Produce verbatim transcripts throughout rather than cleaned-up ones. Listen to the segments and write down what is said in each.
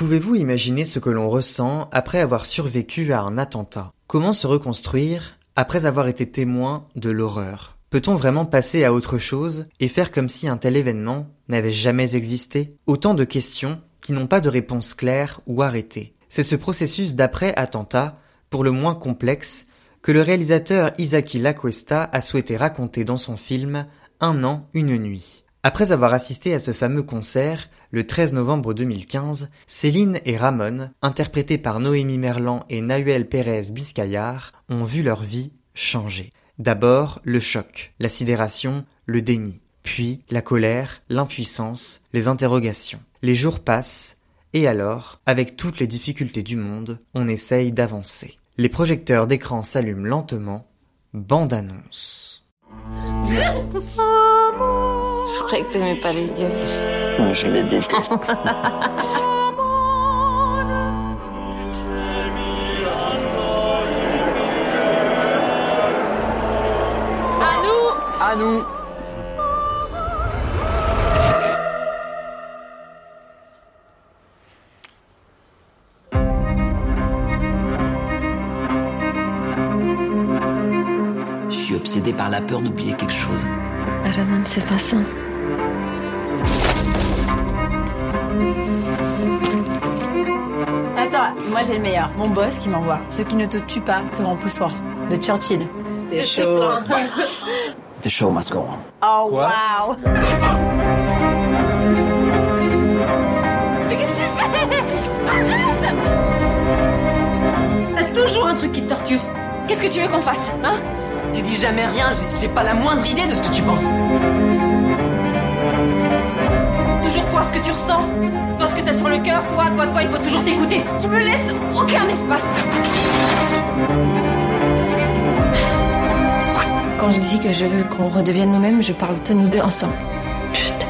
Pouvez-vous imaginer ce que l'on ressent après avoir survécu à un attentat? Comment se reconstruire après avoir été témoin de l'horreur? Peut-on vraiment passer à autre chose et faire comme si un tel événement n'avait jamais existé? Autant de questions qui n'ont pas de réponse claire ou arrêtée. C'est ce processus d'après-attentat, pour le moins complexe, que le réalisateur Isaki Lacuesta a souhaité raconter dans son film « Un an, une nuit ». Après avoir assisté à ce fameux concert, le treize novembre deux mille quinze, Céline et Ramon, interprétés par Noémie Merlan et Nahuel Pérez Biscayar, ont vu leur vie changer. D'abord, le choc, la sidération, le déni. Puis, la colère, l'impuissance, les interrogations. Les jours passent, et alors, avec toutes les difficultés du monde, on essaye d'avancer. Les projecteurs d'écran s'allument lentement. Bande-annonce. C'est vrai que t'aimais pas les gosses. Ouais, je les déteste. À nous! À nous! Je suis obsédé par la peur d'oublier quelque chose. Ramon, c'est pas ça. Attends, moi j'ai le meilleur. Mon boss qui m'envoie. Ce qui ne te tue pas te rend plus fort. De Churchill. T'es chaud. The show must go on. Oh wow. Mais qu'est-ce que tu fais? Arrête! T'as toujours un truc qui te torture. Qu'est-ce que tu veux qu'on fasse, hein? Tu dis jamais rien, j'ai, j'ai pas la moindre idée de ce que tu penses. Toujours toi, ce que tu ressens. Toi, ce que t'as sur le cœur. Toi, toi, toi, il faut toujours t'écouter. Je me laisse aucun espace. Quand je dis que je veux qu'on redevienne nous-mêmes, je parle de nous deux ensemble. Je t'aime.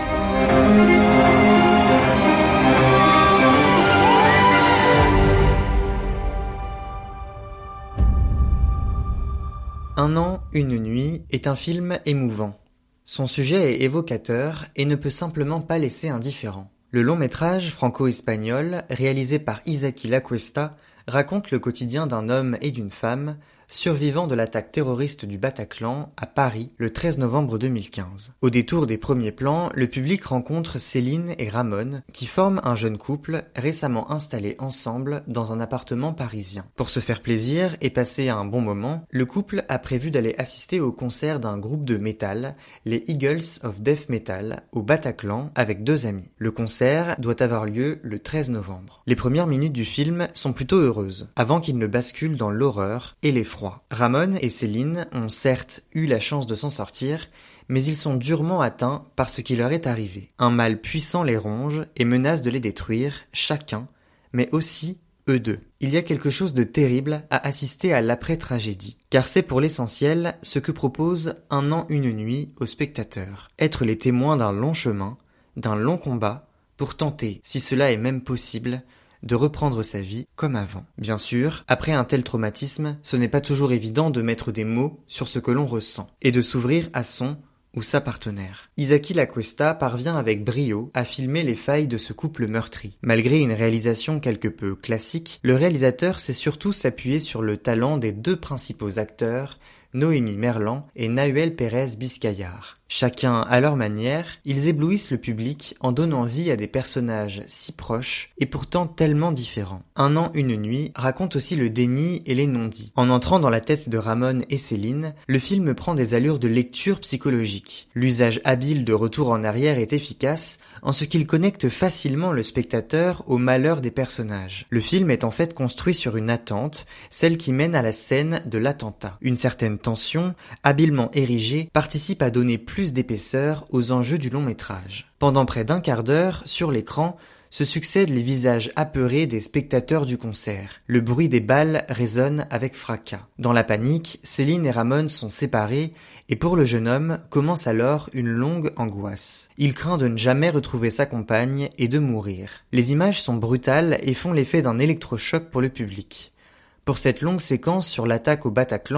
Un an, une nuit est un film émouvant. Son sujet est évocateur et ne peut simplement pas laisser indifférent. Le long-métrage franco-espagnol, réalisé par Isaki Lacuesta, raconte le quotidien d'un homme et d'une femme, survivants de l'attaque terroriste du Bataclan à Paris le treize novembre deux mille quinze. Au détour des premiers plans, le public rencontre Céline et Ramon, qui forment un jeune couple récemment installé ensemble dans un appartement parisien. Pour se faire plaisir et passer un bon moment, le couple a prévu d'aller assister au concert d'un groupe de métal, les Eagles of Death Metal, au Bataclan avec deux amis. Le concert doit avoir lieu le treize novembre. Les premières minutes du film sont plutôt heureuses, avant qu'il ne bascule dans l'horreur et l'effroi. Ramon et Céline ont certes eu la chance de s'en sortir, mais ils sont durement atteints par ce qui leur est arrivé. Un mal puissant les ronge et menace de les détruire, chacun, mais aussi eux deux. Il y a quelque chose de terrible à assister à l'après-tragédie, car c'est pour l'essentiel ce que propose Un an, une nuit aux spectateurs. Être les témoins d'un long chemin, d'un long combat, pour tenter, si cela est même possible, de reprendre sa vie comme avant. Bien sûr, après un tel traumatisme, ce n'est pas toujours évident de mettre des mots sur ce que l'on ressent, et de s'ouvrir à son ou sa partenaire. Isaki Lacuesta parvient avec brio à filmer les failles de ce couple meurtri. Malgré une réalisation quelque peu classique, le réalisateur sait surtout s'appuyer sur le talent des deux principaux acteurs, Noémie Merlan et Nahuel Pérez Biscayar. Chacun à leur manière, ils éblouissent le public en donnant vie à des personnages si proches et pourtant tellement différents. Un an, une nuit raconte aussi le déni et les non-dits. En entrant dans la tête de Ramon et Céline, le film prend des allures de lecture psychologique. L'usage habile de retour en arrière est efficace en ce qu'il connecte facilement le spectateur au malheur des personnages. Le film est en fait construit sur une attente, celle qui mène à la scène de l'attentat. Une certaine tension, habilement érigée, participe à donner plus d'épaisseur aux enjeux du long métrage. Pendant près d'un quart d'heure, sur l'écran, se succèdent les visages apeurés des spectateurs du concert. Le bruit des balles résonne avec fracas. Dans la panique, Céline et Ramon sont séparés et pour le jeune homme commence alors une longue angoisse. Il craint de ne jamais retrouver sa compagne et de mourir. Les images sont brutales et font l'effet d'un électrochoc pour le public. Pour cette longue séquence sur l'attaque au Bataclan,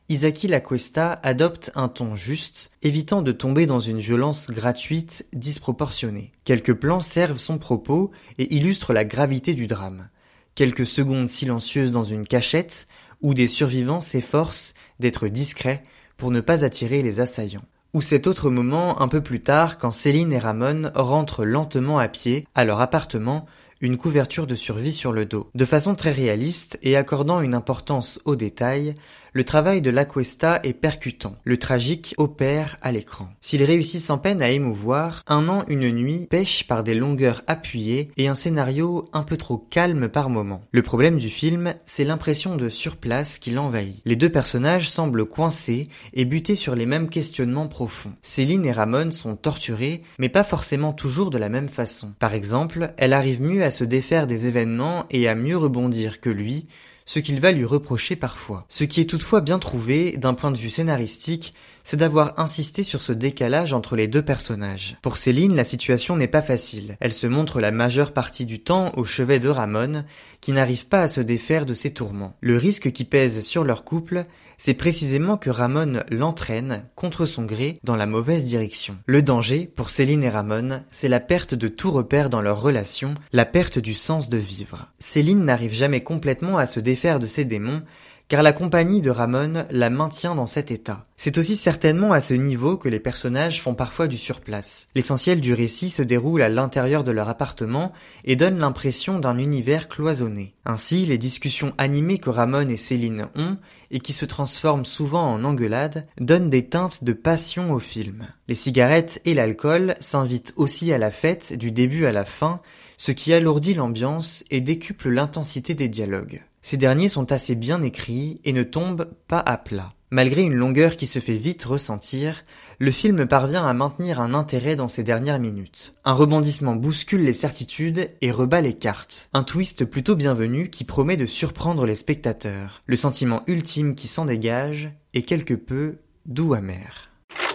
Isaki Lacuesta adopte un ton juste, évitant de tomber dans une violence gratuite, disproportionnée. Quelques plans servent son propos et illustrent la gravité du drame. Quelques secondes silencieuses dans une cachette, où des survivants s'efforcent d'être discrets pour ne pas attirer les assaillants. Ou cet autre moment un peu plus tard quand Céline et Ramon rentrent lentement à pied à leur appartement, une couverture de survie sur le dos. De façon très réaliste et accordant une importance aux détails, le travail de Lacuesta est percutant. Le tragique opère à l'écran. S'il réussit sans peine à émouvoir, Un an, une nuit pêche par des longueurs appuyées et un scénario un peu trop calme par moments. Le problème du film, c'est l'impression de surplace qui l'envahit. Les deux personnages semblent coincés et butés sur les mêmes questionnements profonds. Céline et Ramon sont torturés, mais pas forcément toujours de la même façon. Par exemple, elle arrive mieux à se défaire des événements et à mieux rebondir que lui, ce qu'il va lui reprocher parfois. Ce qui est toutefois bien trouvé, d'un point de vue scénaristique, c'est d'avoir insisté sur ce décalage entre les deux personnages. Pour Céline, la situation n'est pas facile. Elle se montre la majeure partie du temps au chevet de Ramon, qui n'arrive pas à se défaire de ses tourments. Le risque qui pèse sur leur couple, c'est précisément que Ramon l'entraîne, contre son gré, dans la mauvaise direction. Le danger, pour Céline et Ramon, c'est la perte de tout repère dans leur relation, la perte du sens de vivre. Céline n'arrive jamais complètement à se défaire de ses démons, car la compagnie de Ramon la maintient dans cet état. C'est aussi certainement à ce niveau que les personnages font parfois du surplace. L'essentiel du récit se déroule à l'intérieur de leur appartement et donne l'impression d'un univers cloisonné. Ainsi, les discussions animées que Ramon et Céline ont, et qui se transforment souvent en engueulades, donnent des teintes de passion au film. Les cigarettes et l'alcool s'invitent aussi à la fête du début à la fin, ce qui alourdit l'ambiance et décuple l'intensité des dialogues. Ces derniers sont assez bien écrits et ne tombent pas à plat. Malgré une longueur qui se fait vite ressentir, le film parvient à maintenir un intérêt dans ses dernières minutes. Un rebondissement bouscule les certitudes et rebat les cartes. Un twist plutôt bienvenu qui promet de surprendre les spectateurs. Le sentiment ultime qui s'en dégage est quelque peu doux amer.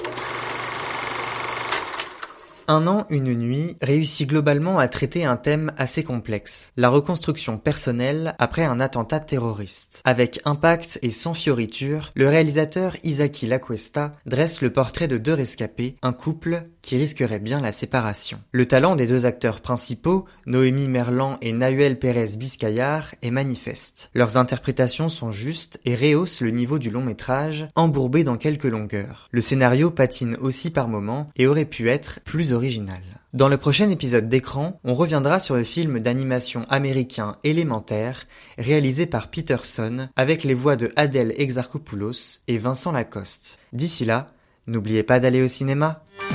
Un an, une nuit réussit globalement à traiter un thème assez complexe, la reconstruction personnelle après un attentat terroriste. Avec impact et sans fioriture, le réalisateur Isaki Lacuesta dresse le portrait de deux rescapés, un couple qui risquerait bien la séparation. Le talent des deux acteurs principaux, Noémie Merlan et Nahuel Pérez Biscayar, est manifeste. Leurs interprétations sont justes et rehaussent le niveau du long métrage, embourbé dans quelques longueurs. Le scénario patine aussi par moments et aurait pu être plus original. Dans le prochain épisode d'Écran, on reviendra sur le film d'animation américain Élémentaire, réalisé par Peterson, avec les voix de Adèle Exarchopoulos et Vincent Lacoste. D'ici là, n'oubliez pas d'aller au cinéma.